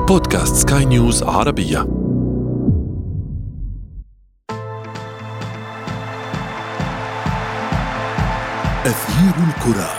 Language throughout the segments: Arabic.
بودكاست سكاي نيوز عربية. أثير الكرة.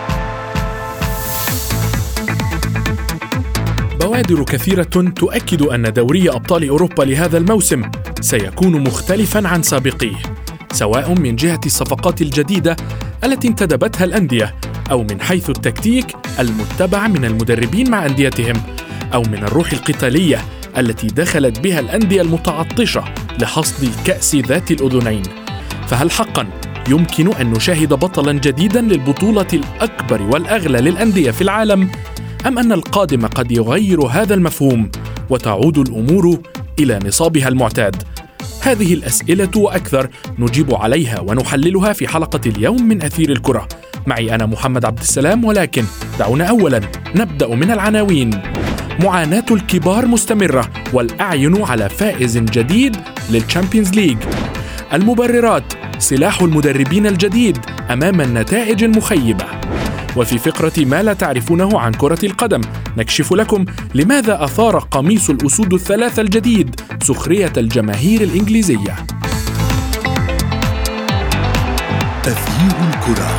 بوادر كثيرة تؤكد أن دوري أبطال أوروبا لهذا الموسم سيكون مختلفاً عن سابقيه، سواء من جهة الصفقات الجديدة التي انتدبتها الأندية، أو من حيث التكتيك المتبع من المدربين مع أنديتهم، أو من الروح القتالية التي دخلت بها الأندية المتعطشة لحصد كأس ذات الأذنين. فهل حقاً يمكن أن نشاهد بطلاً جديداً للبطولة الأكبر والأغلى للأندية في العالم؟ أم أن القادم قد يغير هذا المفهوم وتعود الأمور إلى نصابها المعتاد؟ هذه الأسئلة وأكثر نجيب عليها ونحللها في حلقة اليوم من أثير الكرة. معي أنا محمد عبد السلام، ولكن دعونا أولاً نبدأ من العناوين. معاناة الكبار مستمرة والأعين على فائز جديد للتشامبيونز ليج. المبررات سلاح المدربين الجديد أمام النتائج المخيبة. وفي فقرة ما لا تعرفونه عن كرة القدم نكشف لكم لماذا أثار قميص الأسود الثلاثة الجديد سخرية الجماهير الإنجليزية. أثير الكرة.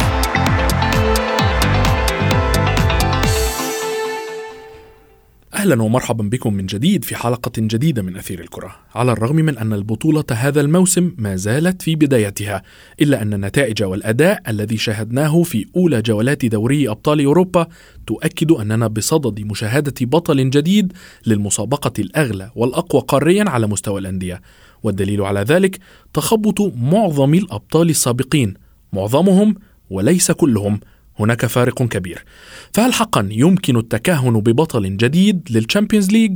أهلا ومرحبا بكم من جديد في حلقة جديدة من أثير الكرة. على الرغم من أن البطولة هذا الموسم ما زالت في بدايتها، إلا أن النتائج والأداء الذي شاهدناه في أولى جولات دوري أبطال أوروبا تؤكد أننا بصدد مشاهدة بطل جديد للمسابقة الأغلى والأقوى قاريا على مستوى الأندية. والدليل على ذلك تخبط معظم الأبطال السابقين، معظمهم وليس كلهم. هناك فارق كبير. فهل حقا يمكن التكهن ببطل جديد للتشامبيونز ليج؟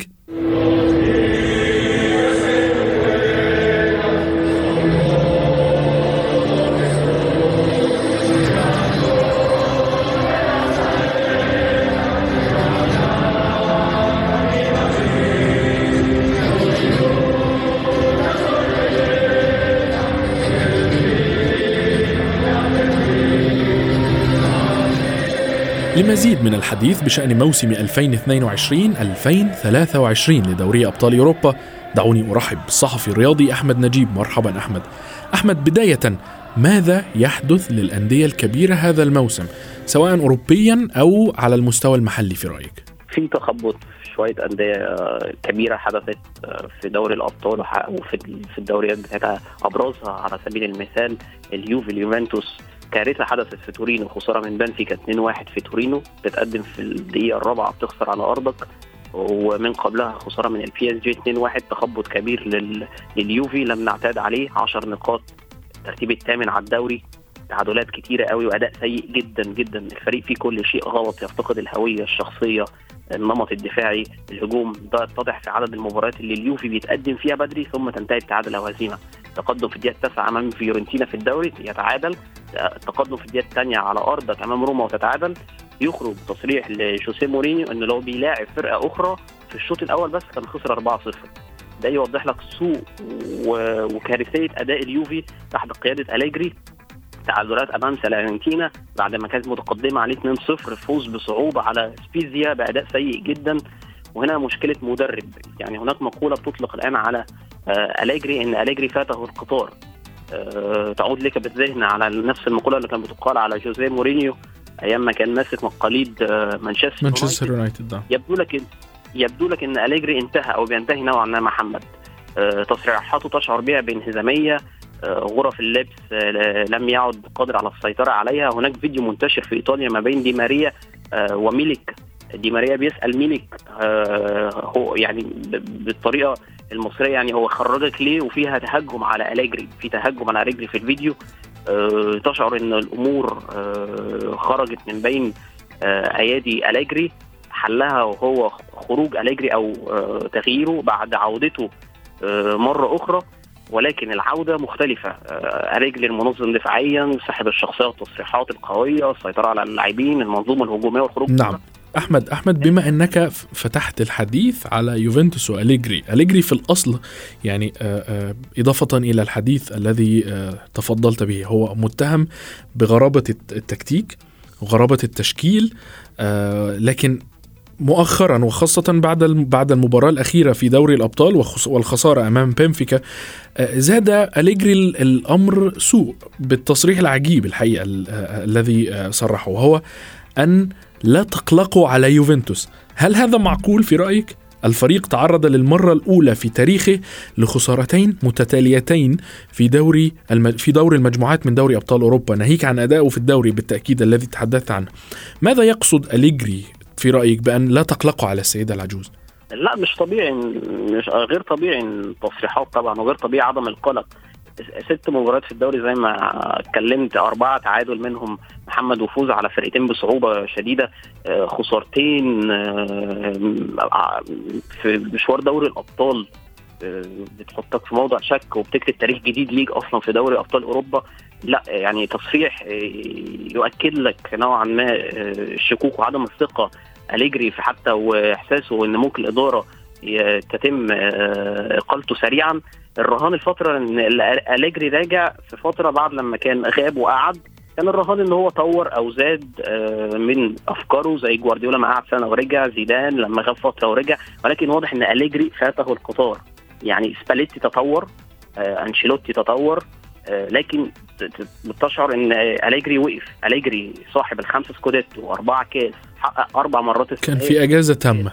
لمزيد من الحديث بشأن موسم 2022-2023 لدوري أبطال أوروبا، دعوني أرحب بالصحفي الرياضي أحمد نجيب. مرحبا أحمد. أحمد، بداية ماذا يحدث للأندية الكبيرة هذا الموسم سواء أوروبيا أو على المستوى المحلي في رأيك؟ في تخبط شوية أندية كبيرة حدثت في دوري الأبطال وفي الدوريات بتاعتها. أبرزها على سبيل المثال اليوفنتوس، كارثة حدثت في تورينو، خسارة من بنفيكا 2-1 في تورينو، بتقدم في الدقيقة الرابعة بتخسر على أرضك. ومن قبلها خسارة من البي اس جي 2-1، تخبط كبير لليوفي لم نعتاد عليه. 10 نقاط، الترتيب الثامن على الدوري، تعادلات كتيرة قوي وأداء سيء جدا جدا. الفريق فيه كل شيء غلط، يفتقد الهوية الشخصية، النمط الدفاعي، الهجوم. ده اتضح في عدد المباريات اللي اليوفي بيتقدم فيها بدري ثم تنتهي بتعادل أو هزيمة. تقدم في الدقيقة 9 أمام فيورنتينا في الدوري يتعادل، التقدم في الدقيقة الثانية على أرضك أمام روما وتتعادل. يخرج تصريح لجوسيه مورينيو أنه لو بيلاعب فرقة أخرى في الشوط الأول بس كان خسر 4-0. ده يوضح لك سوء وكارثية أداء اليوفي تحت قيادة أليجري. تعادلات أمام سالارنتينا بعد ما كانت متقدمة عليه 2-0، فوز بصعوبة على سبيزيا بأداء سيء جدا. وهنا مشكلة مدرب. يعني هناك مقولة بتطلق الآن على أليجري إن أليجري فاته القطار. تعود لك بالذهن على نفس المقولة اللي كانت بتقال على جوزيه مورينيو أيام ما كان ماسك مقاليد مانشستر يونايتد. يبدو لك إن أليجري انتهى أو بينتهي نوعا ما. محمد، تصريحاته تشعر بها بانهزامية، غرف اللبس لم يعد قادر على السيطرة عليها. هناك فيديو منتشر في إيطاليا ما بين دي ماريا وميليك. دي ماريا بيسأل ميليك هو يعني بالطريقة المصرية، يعني هو خرجك ليه؟ وفيها تهجم على أليجري، في تهجم على أليجري في الفيديو. تشعر ان الامور خرجت من بين ايادي أليجري. حلها وهو خروج أليجري او تغييره بعد عودته مرة اخرى، ولكن العودة مختلفة. أليجري المنظم دفاعيا، صاحب الشخصية والتصريحات القوية، السيطرة على اللاعبين، المنظومة الهجومية والخروج. نعم. أحمد، بما أنك فتحت الحديث على يوفنتوس وأليجري في الأصل، يعني إضافة إلى الحديث الذي تفضلت به، هو متهم بغرابة التكتيك وغرابة التشكيل، لكن مؤخرا وخاصة بعد المباراة الأخيرة في دوري الأبطال والخسارة أمام بنفيكا، زاد أليجري الأمر سوء بالتصريح العجيب الحقيقة الذي صرحه، وهو أن لا تقلقوا على يوفنتوس. هل هذا معقول في رأيك؟ الفريق تعرض للمرة الأولى في تاريخه لخسارتين متتاليتين في دور المجموعات من دوري أبطال أوروبا، ناهيك عن أدائه في الدوري بالتأكيد الذي تحدثت عنه. ماذا يقصد أليجري في رأيك بأن لا تقلقوا على السيدة العجوز؟ لا مش طبيعي، مش غير طبيعي التصريحات طبعا، وغير طبيعي عدم القلق. 6 مباريات في الدوري زي ما اتكلمت، 4 تعادل منهم محمد، وفوز على فرقتين بصعوبة شديدة، خسارتين في مشوار دوري الأبطال بتحطك في موضع شك وبتكتب تاريخ جديد ليك أصلا في دوري أبطال أوروبا. لا يعني تصريح يؤكد لك نوعا ما الشكوك وعدم الثقة أليجري في حتى وإحساسه أن ممكن الإدارة تتم إقالته سريعا. الرهان الفترة ان أليجري راجع في فترة بعد لما كان غاب وقعد، كان الرهان ان هو طور او زاد من افكاره، زي جوارديولا ما قعد سنة ورجع، زيدان لما غاب فترة ورجع، ولكن واضح ان أليجري فاته القطار. يعني سباليتي تطور، أنشيلوتي تطور، لكن بتشعر ان أليجري وقف. أليجري صاحب ال5 سكوديتو و4 كاس، حقق 4 مرات كان في اجازة تامة،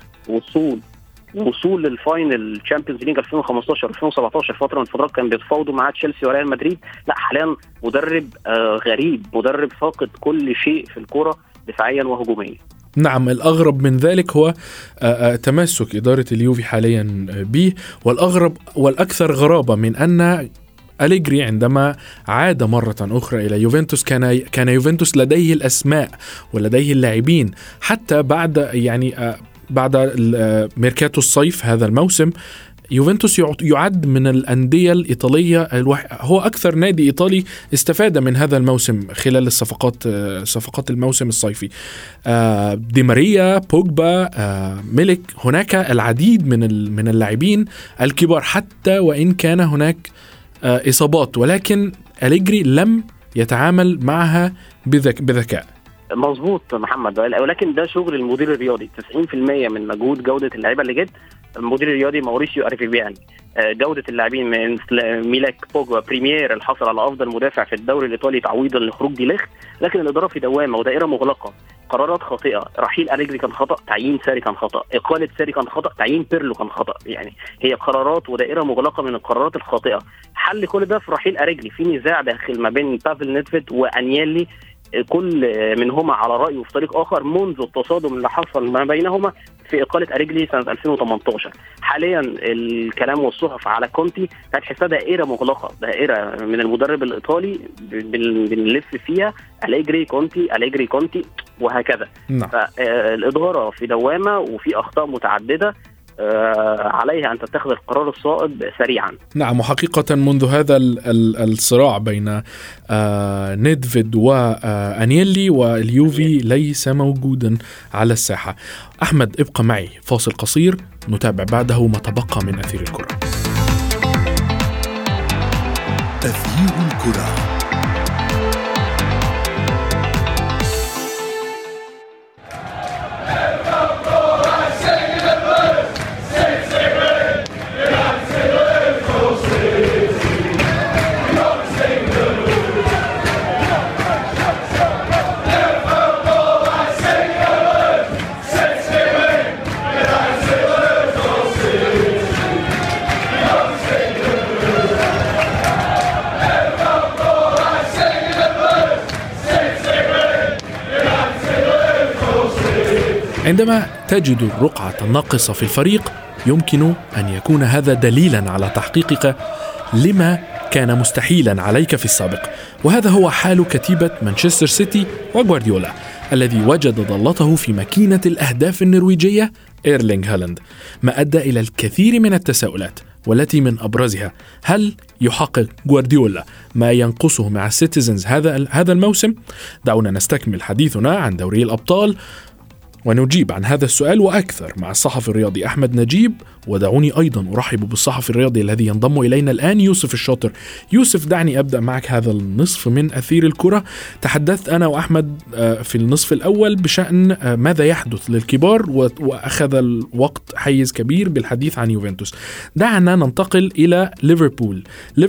وصول للفاينل تشامبيونز ليج 2015 2017، فتره من الفترات كان بيتفاوضوا مع تشيلسي وريال مدريد. لا حاليا مدرب غريب، مدرب فاقد كل شيء في الكرة دفاعيا وهجوميا. نعم، الأغرب من ذلك هو تمسك إدارة اليوفي حاليا به، والأغرب والأكثر غرابة من أن أليجري عندما عاد مرة أخرى إلى يوفنتوس كان يوفنتوس لديه الأسماء ولديه اللاعبين، حتى بعد ميركاتو الصيف هذا الموسم يوفنتوس يعد من الأندية الإيطالية هو أكثر نادي إيطالي استفاد من هذا الموسم خلال صفقات الموسم الصيفي. دي ماريا، بوجبا، ميلك، هناك العديد من اللاعبين الكبار، حتى وإن كان هناك إصابات، ولكن أليجري لم يتعامل معها بذكاء. مظبوط محمد، ولكن ده شغل المدير الرياضي. 90% من مجهود جودة اللعيبة اللي جت المدير الرياضي ماوريسيو أريفيبياني. جودة اللاعبين من ميلك، بوجبا، بريمير الحصل على أفضل مدافع في الدوري الإيطالي تعويضا لخروج دي ليخت، لكن الإدارة في دوامة ودائرة مغلقة. قرارات خاطئة، رحيل أليجري كان خطأ، تعيين ساري كان خطأ، إقالة ساري كان خطأ، تعيين بيرلو كان خطأ. يعني هي قرارات ودائرة مغلقة من القرارات الخاطئة. حل كل ده في رحيل أليجري، في نزاع داخل ما بين بافل نيدفيد وأنيلي، كل منهما على رأي وفي طريق آخر، منذ التصادم اللي حصل ما بينهما في إقالة أليجري سنة 2018. حاليا الكلام والصحف على كونتي هتحسها دائرة مغلقة، دائرة من المدرب الإيطالي بنلف فيها أليجري كونتي أليجري كونتي وهكذا. فالإدارة في دوامة وفي أخطاء متعددة، عليها أن تتخذ القرار الصائب سريعا. نعم، وحقيقة منذ هذا الصراع بين نيدفيد وأنيلي واليوفي ليس موجودا على الساحة. أحمد ابقى معي، فاصل قصير نتابع بعده ما تبقى من أثير الكرة. أثير الكرة. عندما تجد الرقعة الناقصة في الفريق يمكن أن يكون هذا دليلا على تحقيقك لما كان مستحيلا عليك في السابق، وهذا هو حال كتيبة مانشستر سيتي وغوارديولا الذي وجد ضالته في ماكينة الأهداف النرويجية إيرلينغ هالاند، ما أدى إلى الكثير من التساؤلات، والتي من أبرزها: هل يحقق غوارديولا ما ينقصه مع السيتيزنز هذا الموسم؟ دعونا نستكمل حديثنا عن دوري الأبطال ونجيب عن هذا السؤال وأكثر مع الصحفي الرياضي أحمد نجيب. ودعوني أيضا أرحب بالصحفي الرياضي الذي ينضم إلينا الآن يوسف الشاطر. يوسف، دعني أبدأ معك هذا النصف من أثير الكرة. تحدثت أنا وأحمد في النصف الأول بشأن ماذا يحدث للكبار، وأخذ الوقت حيز كبير بالحديث عن يوفنتوس. دعنا ننتقل إلى ليفربول.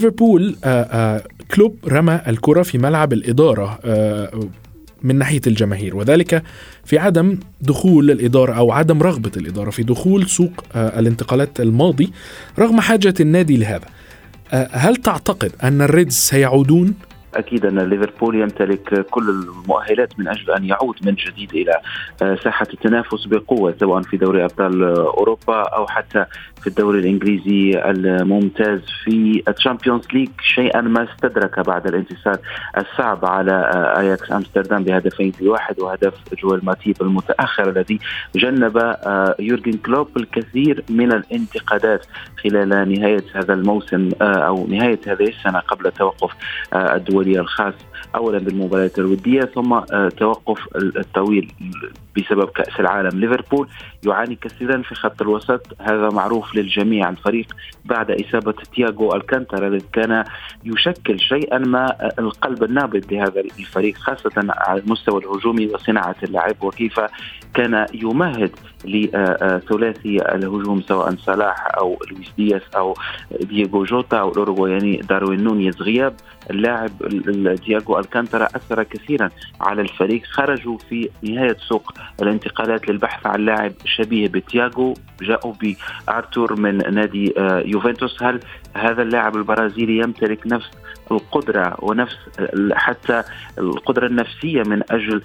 كلوب رمى الكرة في ملعب الإدارة من ناحية الجماهير، وذلك في عدم دخول الإدارة أو عدم رغبة الإدارة في دخول سوق الانتقالات الماضي رغم حاجة النادي لهذا. هل تعتقد أن الريدز سيعودون؟ أكيد أن ليفربول يمتلك كل المؤهلات من أجل أن يعود من جديد إلى ساحة التنافس بقوة، سواء في دوري أبطال أوروبا أو حتى في الدوري الإنجليزي الممتاز في الشامبيونز ليج، شيئا ما استدرك بعد الانتصار الصعب على أياكس أمستردام ب2-1، وهدف جويل ماتيب المتأخر الذي جنب يورجن كلوب الكثير من الانتقادات خلال نهاية هذا الموسم أو نهاية هذه السنة قبل التوقف الدولي الخاص، أولا بالمباريات الودية ثم توقف الطويل بسبب كأس العالم. ليفربول يعاني كثيرا في خط الوسط، هذا معروف للجميع. الفريق بعد إصابة تياغو الكانتارا الذي كان يشكل شيئا ما القلب النابض لهذا الفريق، خاصة على المستوى الهجومي وصناعة اللعب، وكيف كان يمهد لثلاثي الهجوم سواء صلاح أو لويس دياس أو دييغو جوتا أو الأوروغواياني داروين نونيز. غياب اللاعب تياغو الكانتارا أثر كثيرا على الفريق. خرجوا في نهاية سوق الانتقالات للبحث عن لاعب شبيه بتياغو، جاءوا بأرتور من نادي يوفنتوس. هل هذا اللاعب البرازيلي يمتلك نفس القدرة ونفس حتى القدرة النفسية من أجل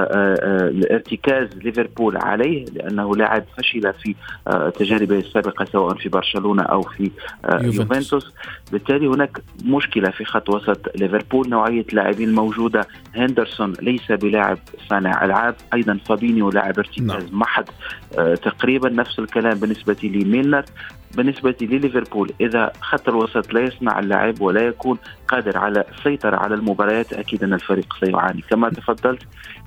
ارتكاز ليفربول عليه، لأنه لاعب فشل في تجاربه السابقة سواء في برشلونة أو في يوفنتوس. بالتالي هناك مشكلة في خط وسط ليفربول. نوعية لاعبين موجودة، هندرسون ليس بلاعب صانع ألعاب، أيضا فابينيو لاعب ارتكاز محض، تقريبا نفس الكلام بالنسبة لميلنر. بالنسبة لليفربول إذا خط الوسط لا يصنع اللاعب ولا يكون قادر على السيطرة على المباريات، أكيد أن الفريق سيعاني. كما تفضلت،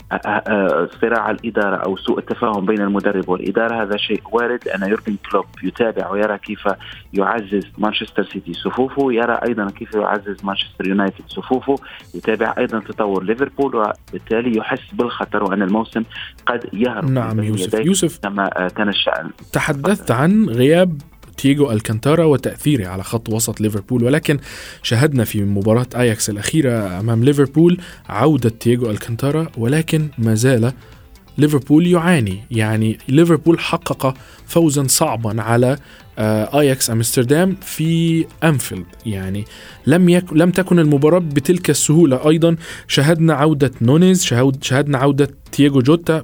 صراع الإدارة أو سوء التفاهم بين المدرب والإدارة هذا شيء وارد، لأن يورجن كلوب يتابع ويرى كيف يعزز مانشستر سيتي صفوفه، يرى أيضا كيف يعزز مانشستر يونايتد صفوفه، يتابع أيضا تطور ليفربول، وبالتالي يحس بالخطر وأن الموسم قد يهرب. نعم يوسف كما كان الشأن. تحدثت عن غياب تياغو الكانتارا وتأثيره على خط وسط ليفربول، ولكن شاهدنا في مباراة أياكس الأخيرة أمام ليفربول عودة تياغو الكانتارا، ولكن ما زال ليفربول يعاني. يعني ليفربول حقق فوزا صعبا على أياكس أمستردام في أنفيلد، يعني لم تكن المباراة بتلك السهولة. أيضا شاهدنا عودة نونيز، شاهدنا عودة تياغو جوتا.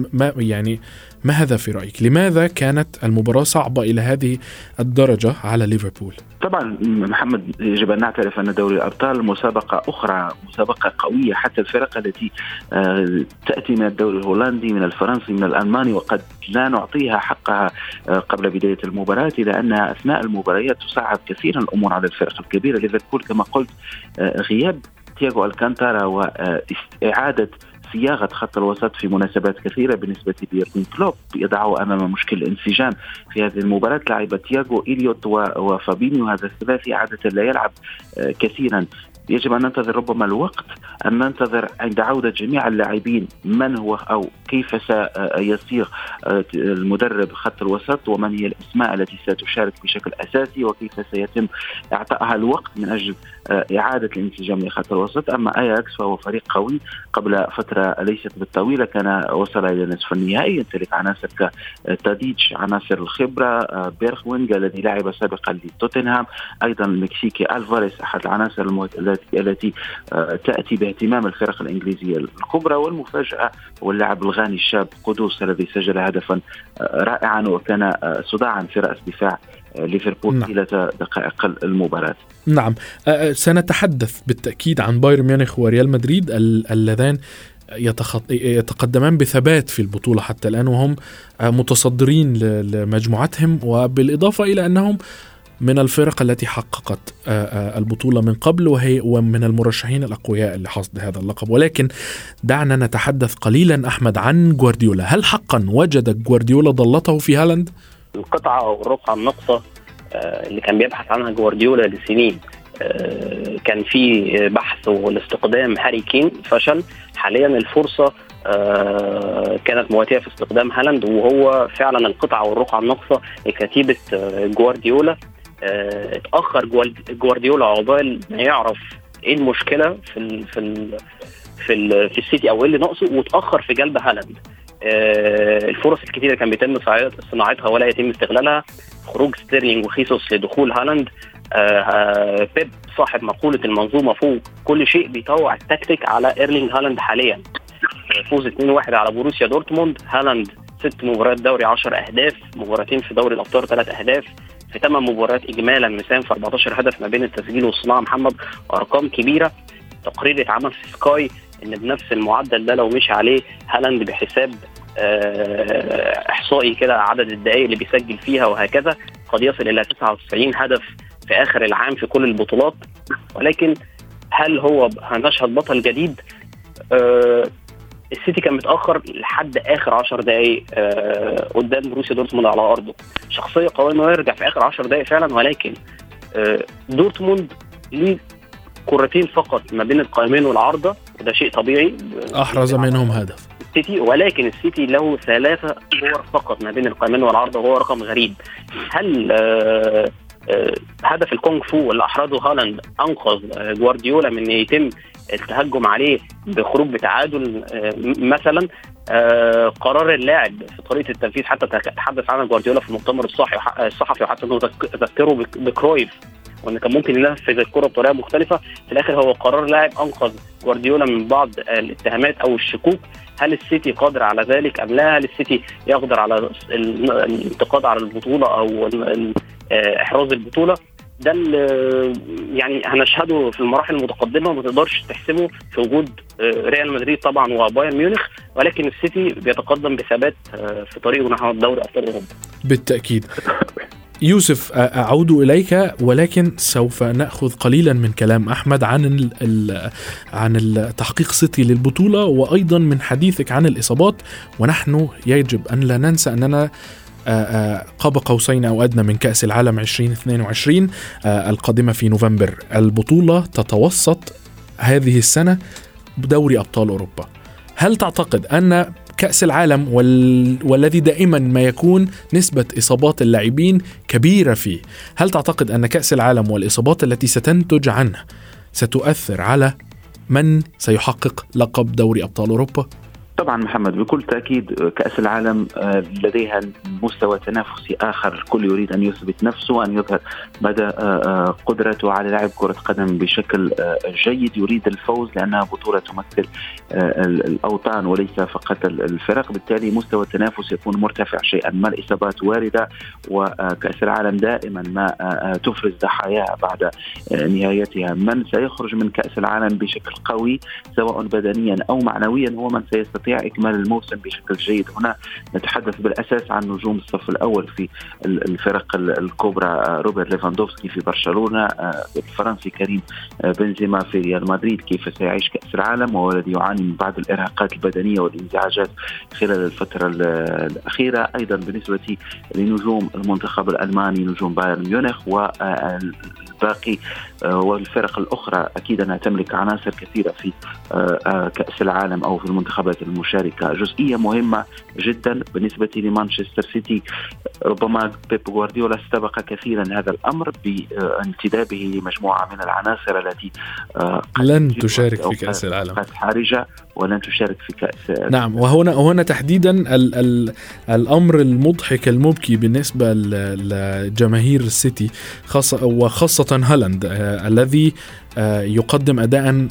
ما هذا في رأيك؟ لماذا كانت المباراة صعبة إلى هذه الدرجة على ليفربول؟ طبعا محمد، يجب أن نعترف أن دوري الأبطال مسابقة أخرى، مسابقة قوية. حتى الفرق التي تأتي من الدوري الهولندي، من الفرنسي، من الألماني، وقد لا نعطيها حقها قبل بداية المباراة، لأنها أثناء المباريات تصعب كثيرا الأمور على الفرق الكبيرة. ليفربول كما قلت، غياب تياغو الكانتارا وإعادة صياغة خط الوسط في مناسبات كثيرة بالنسبة ليورجن كلوب يضعه أمام مشكل انسجام في هذه المباراة. لعب تياغو، إليوت وفابينيو، هذا الثلاثي عادة لا يلعب كثيرا. يجب أن ننتظر ربما الوقت، أن ننتظر عند عودة جميع اللاعبين من هو أو كيف سيصيغ المدرب خط الوسط، ومن هي الأسماء التي ستشارك بشكل أساسي، وكيف سيتم إعطائها الوقت من أجل إعادة الانسجام لخط الوسط. أما أياكس فهو فريق قوي، قبل فترة ليست بالطويلة كان وصل إلى نصف النهائي، يمتلك عناصر كتاديتش، عناصر الخبرة، بيرخوينغ الذي لعب سابقا لتوتنهام، أيضا المكسيكي ألفاريس أحد العناصر التي تأتي باهتمام الفرق الإنجليزية الكبرى. والمفاجأة هو اللاعب الغاني الشاب قدوس الذي سجل هدفا رائعا وكان صداعا في رأس دفاع ليفربول طيلة دقائق المباراة. نعم، سنتحدث بالتأكيد عن بايرن ميونخ وريال مدريد اللذان يتقدمان بثبات في البطولة حتى الآن، وهم متصدرين لمجموعتهم، وبالإضافة إلى أنهم من الفرق التي حققت البطولة من قبل، ومن المرشحين الأقوياء لحصد هذا اللقب. ولكن دعنا نتحدث قليلا أحمد عن جوارديولا. هل حقا وجد جوارديولا ضلته في هالاند؟ القطعة أو الرقعة الناقصة اللي كان بيبحث عنها جوارديولا لسنين، كان في بحث والاستقدام هاري كين فشل. حاليا الفرصة كانت مواتية في استخدام هالاند، وهو فعلا القطعة والرقعة الناقصة لكتيبة جوارديولا. اتأخر جوارديولا عقبال ما يعرف ايه المشكلة في السيتي او ايه اللي ناقصه، وتأخر في جلب هالاند. الفرص الكتيرة كان بيتم صناعتها ولا يتم استغلالها. خروج ستيرلينج وخيسوس لدخول هالاند. بيب صاحب مقولة المنظومة فوق كل شيء بيطوع التكتيك على ايرلينج هالاند حاليا. فوز 2-1 على بوروسيا دورتموند. هالاند 6 مباريات دوري 10 أهداف، مباراتين في دوري الأبطال 3 أهداف، في 8 مباريات إجمالا مساهم في 14 هدف ما بين التسجيل والصناعة. محمد أرقام كبيرة. تقرير اتعمل في سكاي إن بنفس المعدل ده لو مشي عليه هالاند بحساب إحصائي كده عدد الدقائق اللي بيسجل فيها وهكذا قد يصل إلى 99 هدف في آخر العام في كل البطولات. ولكن هل هو هنشهد بطل جديد؟ السيتي كان متأخر لحد آخر 10 دقايق قدام بروسيا دورتموند على أرضه. شخصية قوية إنه يرجع في آخر 10 دقايق فعلا، ولكن دورتموند ليه كرتين فقط ما بين القائمين والعارضة، وده شيء طبيعي. أحرز منهم هدف السيتي، ولكن السيتي له 3 كور فقط ما بين القائمين والعارضة، وهو رقم غريب. هل هدف الكونغ فو اللي أحرزه هالاند أنقذ جوارديولا من يتم التهجم عليه بخروج بتعادل مثلا؟ قرار اللاعب في طريقة التنفيذ حتى تحدث عنه جوارديولا في المؤتمر الصحفي، وحتى انه ذكره بكرويف وان كان ممكن ينفذ الكرة بطريقة مختلفة. في الاخر هو قرار لاعب انقذ جوارديولا من بعض الاتهامات او الشكوك. هل السيتي قادر على ذلك ام لا؟ هل السيتي يقدر على الانتقاد على البطولة او احراز البطولة؟ ده يعني هنشهده في المراحل المتقدمة، وما تقدرش تحسمه في وجود ريال مدريد طبعا وبايرن ميونخ. ولكن السيتي بيتقدم بثبات في طريقه نحو دوري أبطال أوروبا بالتأكيد. يوسف، أعود إليك، ولكن سوف نأخذ قليلا من كلام أحمد عن التحقيق سيتي للبطولة، وأيضا من حديثك عن الإصابات. ونحن يجب أن لا ننسى أننا قاب قوسين أو أدنى من كأس العالم 2022 القادمة في نوفمبر. البطولة تتوسط هذه السنة بدوري أبطال أوروبا. هل تعتقد أن كأس العالم والذي دائما ما يكون نسبة إصابات اللاعبين كبيرة فيه، هل تعتقد أن كأس العالم والإصابات التي ستنتج عنه ستؤثر على من سيحقق لقب دوري أبطال أوروبا؟ طبعا محمد، بكل تأكيد كأس العالم لديها مستوى تنافسي آخر. الكل يريد أن يثبت نفسه وأن يظهر مدى قدرته على لعب كرة قدم بشكل جيد. يريد الفوز لأنها بطولة تمثل الأوطان وليس فقط الفرق. بالتالي مستوى التنافس يكون مرتفع شيئا ما. الإصابات واردة، وكأس العالم دائما ما تفرز ضحاياها بعد نهايتها. من سيخرج من كأس العالم بشكل قوي سواء بدنيا أو معنويا هو من سيستطيع إكمال الموسم بشكل جيد. هنا نتحدث بالأساس عن نجوم الصف الأول في الفرق الكبرى. روبرت ليفاندوفسكي في برشلونة، الفرنسي كريم بنزيما في ريال مدريد كيف سيعيش كأس العالم والذي يعاني من بعض الإرهاقات البدنية والانزعاجات خلال الفترة الأخيرة. أيضا بالنسبة لنجوم المنتخب الألماني نجوم بايرن ميونخ والباقي والفرق الأخرى أكيد أنها تملك عناصر كثيرة في كأس العالم أو في المنتخبات المشاركة. جزئية مهمة جدا بالنسبة لمانشستر سيتي. ربما بيب غوارديولا استبق كثيرا هذا الأمر بانتدابه لمجموعة من العناصر التي لن تشارك في كأس العالم، حارجة ولن تشارك في كأس. نعم، وهنا تحديدا الأمر المضحك المبكي بالنسبة لجماهير السيتي وخاصة هالاند الذي يقدم أداء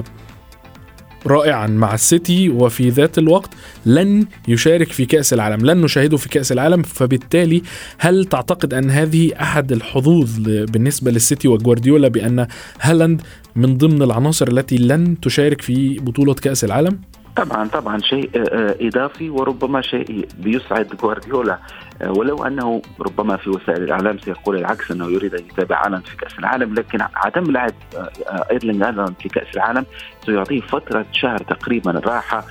رائعا مع السيتي، وفي ذات الوقت لن يشارك في كأس العالم، لن نشاهده في كأس العالم. فبالتالي هل تعتقد أن هذه أحد الحظوظ بالنسبة للسيتي وجوارديولا بأن هالاند من ضمن العناصر التي لن تشارك في بطولة كأس العالم؟ طبعا شيء إضافي، وربما شيء بيسعد غوارديولا، ولو أنه ربما في وسائل الإعلام سيقول العكس، أنه يريد أن يتابع هالاند في كأس العالم. لكن عدم لعب إيرلينغ هالاند في كأس العالم سيعطيه فترة شهر تقريبا راحة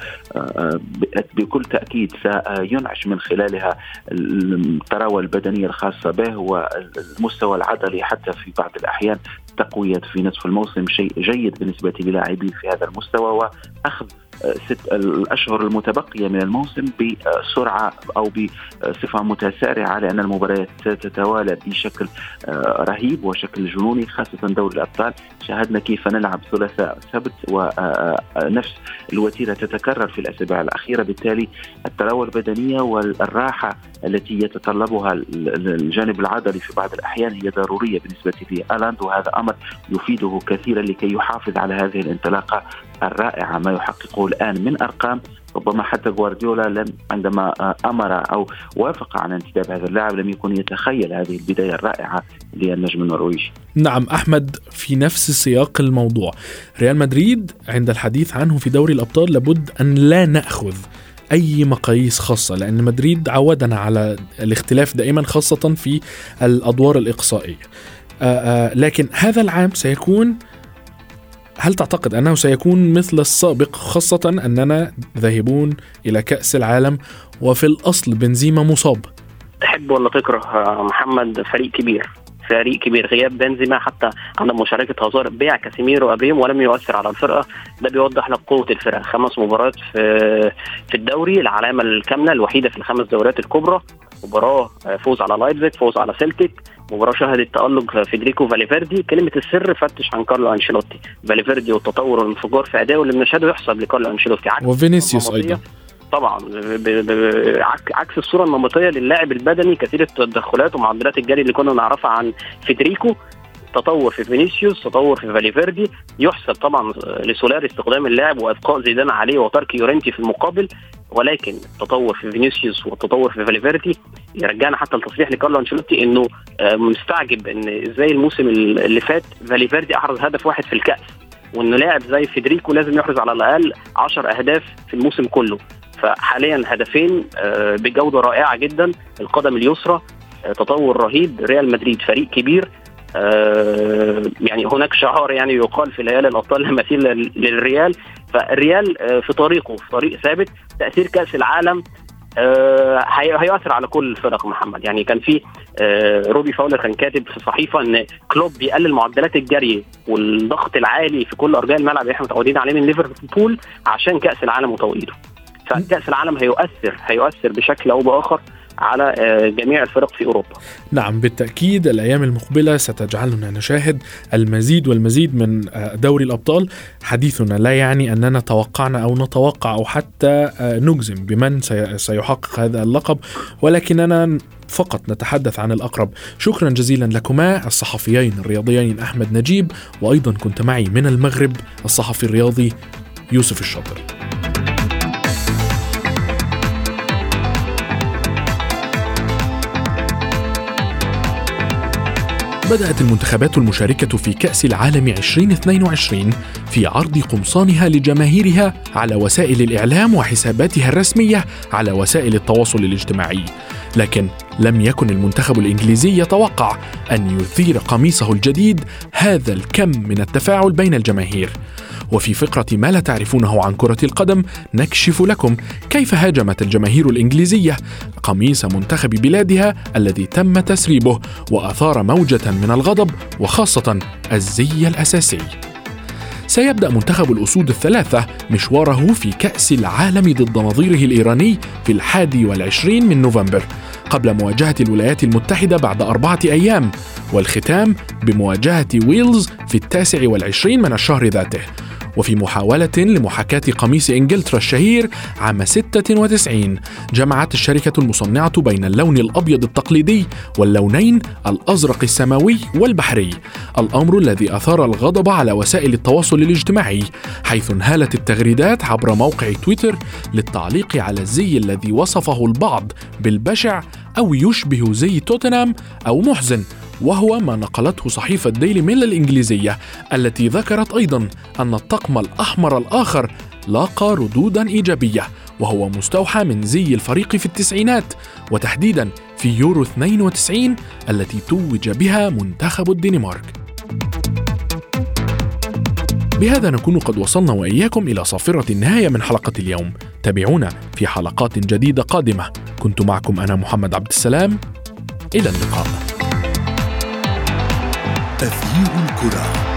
بكل تأكيد سينعش من خلالها التراوة البدنية الخاصة به والمستوى العضلي، حتى في بعض الأحيان تقوية في نصف الموسم شيء جيد بالنسبة للاعبين في هذا المستوى، وأخذ 6 الأشهر المتبقية من الموسم بسرعة أو بصفة متسارعة، لأن المباريات تتوالى بشكل رهيب وشكل جنوني، خاصة دوري الأبطال. شاهدنا كيف نلعب ثلاثاء سبت ونفس الوتيرة تتكرر في الأسابيع الأخيرة. بالتالي التراوة البدنية والراحة التي يتطلبها الجانب العضلي في بعض الأحيان هي ضرورية بالنسبة لهالاند، وهذا أمر يفيده كثيرا لكي يحافظ على هذه الانطلاقة الرائعة. ما يحققه الآن من أرقام ربما حتى غوارديولا عندما أمر أو وافق على انتداب هذا اللاعب لم يكن يتخيل هذه البداية الرائعة للنجم النرويجي. نعم أحمد، في نفس سياق الموضوع، ريال مدريد عند الحديث عنه في دوري الأبطال لابد أن لا نأخذ أي مقاييس خاصة، لأن مدريد عودنا على الاختلاف دائما، خاصة في الأدوار الإقصائية. لكن هذا العام سيكون، هل تعتقد أنه سيكون مثل السابق، خاصة أننا ذاهبون إلى كأس العالم وفي الأصل بنزيما مصاب؟ تحب ولا تكره محمد، فريق كبير. غياب بنزيما حتى عند مشاركة هازارد، بيع كاسيميرو وابريم ولم يؤثر على الفرقة. ده بيوضح لك قوة الفرقة. 5 مباريات في الدوري، العلامة الكاملة الوحيدة في ال5 دوريات الكبرى. مباراة فوز على لايبزيج، فوز على سيلتيك، مباراة شهدت تألق فيدريكو فاليفيردي. كلمة السر فتش عن كارلو أنشيلوتي. فاليفيردي والتطور والانفجار في أدائه اللي بنشهده يحسب لكارلو أنشيلوتي. وفينيسيوس أيضا طبعا عكس الصورة النمطية للاعب البدني كثير التدخلات ومعدلات الجري اللي كنا نعرفها عن فيدريكو. تطور في فينيسيوس، تطور في فاليفيردي، يحسب طبعا لسولاري استخدام اللاعب وإبقاء زيدان عليه وترك يورنتي في المقابل. ولكن التطور في فينيسيوس والتطور في فاليفيردي يرجعنا حتى التصريح لكارلو أنشيلوتي انه مستعجب ان ازاي الموسم اللي فات فاليفيردي احرز هدف واحد في الكأس، وانه لاعب زي فيدريكو لازم يحرز على الاقل 10 أهداف في الموسم كله. فحاليا هدفين بجودة رائعة جدا. القدم اليسرى تطور رهيب. ريال مدريد فريق كبير. يعني هناك شعار يعني يقال في ليالي الأبطال لا مثيل للريال. فالريال في طريق ثابت. تأثير كأس العالم هيأثر على كل الفرق محمد. يعني كان في روبي فاولر كان كاتب في صحيفة ان كلوب بيقلل معدلات الجري والضغط العالي في كل أرجاء الملعب اللي احنا متعودين عليه من ليفربول عشان كأس العالم وتوقيته. فكأس العالم هيؤثر بشكل أو بآخر على جميع الفرق في أوروبا. نعم بالتأكيد الأيام المقبلة ستجعلنا نشاهد المزيد والمزيد من دوري الأبطال. حديثنا لا يعني أننا توقعنا أو نتوقع أو حتى نجزم بمن سيحقق هذا اللقب، ولكننا فقط نتحدث عن الأقرب. شكرا جزيلا لكما الصحفيين الرياضيين أحمد نجيب، وأيضا كنت معي من المغرب الصحفي الرياضي يوسف الشاطر. بدأت المنتخبات المشاركة في كأس العالم 2022 في عرض قمصانها لجماهيرها على وسائل الإعلام وحساباتها الرسمية على وسائل التواصل الاجتماعي، لكن لم يكن المنتخب الإنجليزي يتوقع أن يثير قميصه الجديد هذا الكم من التفاعل بين الجماهير. وفي فقرة ما لا تعرفونه عن كرة القدم نكشف لكم كيف هاجمت الجماهير الإنجليزية قميص منتخب بلادها الذي تم تسريبه وأثار موجة من الغضب وخاصة الزي الأساسي. سيبدأ منتخب الأسود الثلاثة مشواره في كأس العالم ضد نظيره الإيراني في 21 من نوفمبر قبل مواجهة الولايات المتحدة بعد 4 أيام، والختام بمواجهة ويلز في 29 من الشهر ذاته. وفي محاولة لمحاكاة قميص إنجلترا الشهير عام 96 جمعت الشركة المصنعة بين اللون الأبيض التقليدي واللونين الأزرق السماوي والبحري، الأمر الذي أثار الغضب على وسائل التواصل الاجتماعي، حيث انهالت التغريدات عبر موقع تويتر للتعليق على الزي الذي وصفه البعض بالبشع أو يشبه زي توتنهام أو محزن، وهو ما نقلته صحيفة ديلي ميل الإنجليزية التي ذكرت أيضا أن الطقم الأحمر الآخر لاقى ردودا إيجابية، وهو مستوحى من زي الفريق في التسعينات، وتحديدا في يورو 92 التي توج بها منتخب الدنمارك. بهذا نكون قد وصلنا وإياكم إلى صافرة النهاية من حلقة اليوم. تابعونا في حلقات جديدة قادمة. كنت معكم أنا محمد عبد السلام، إلى اللقاء. تغيير الكرة.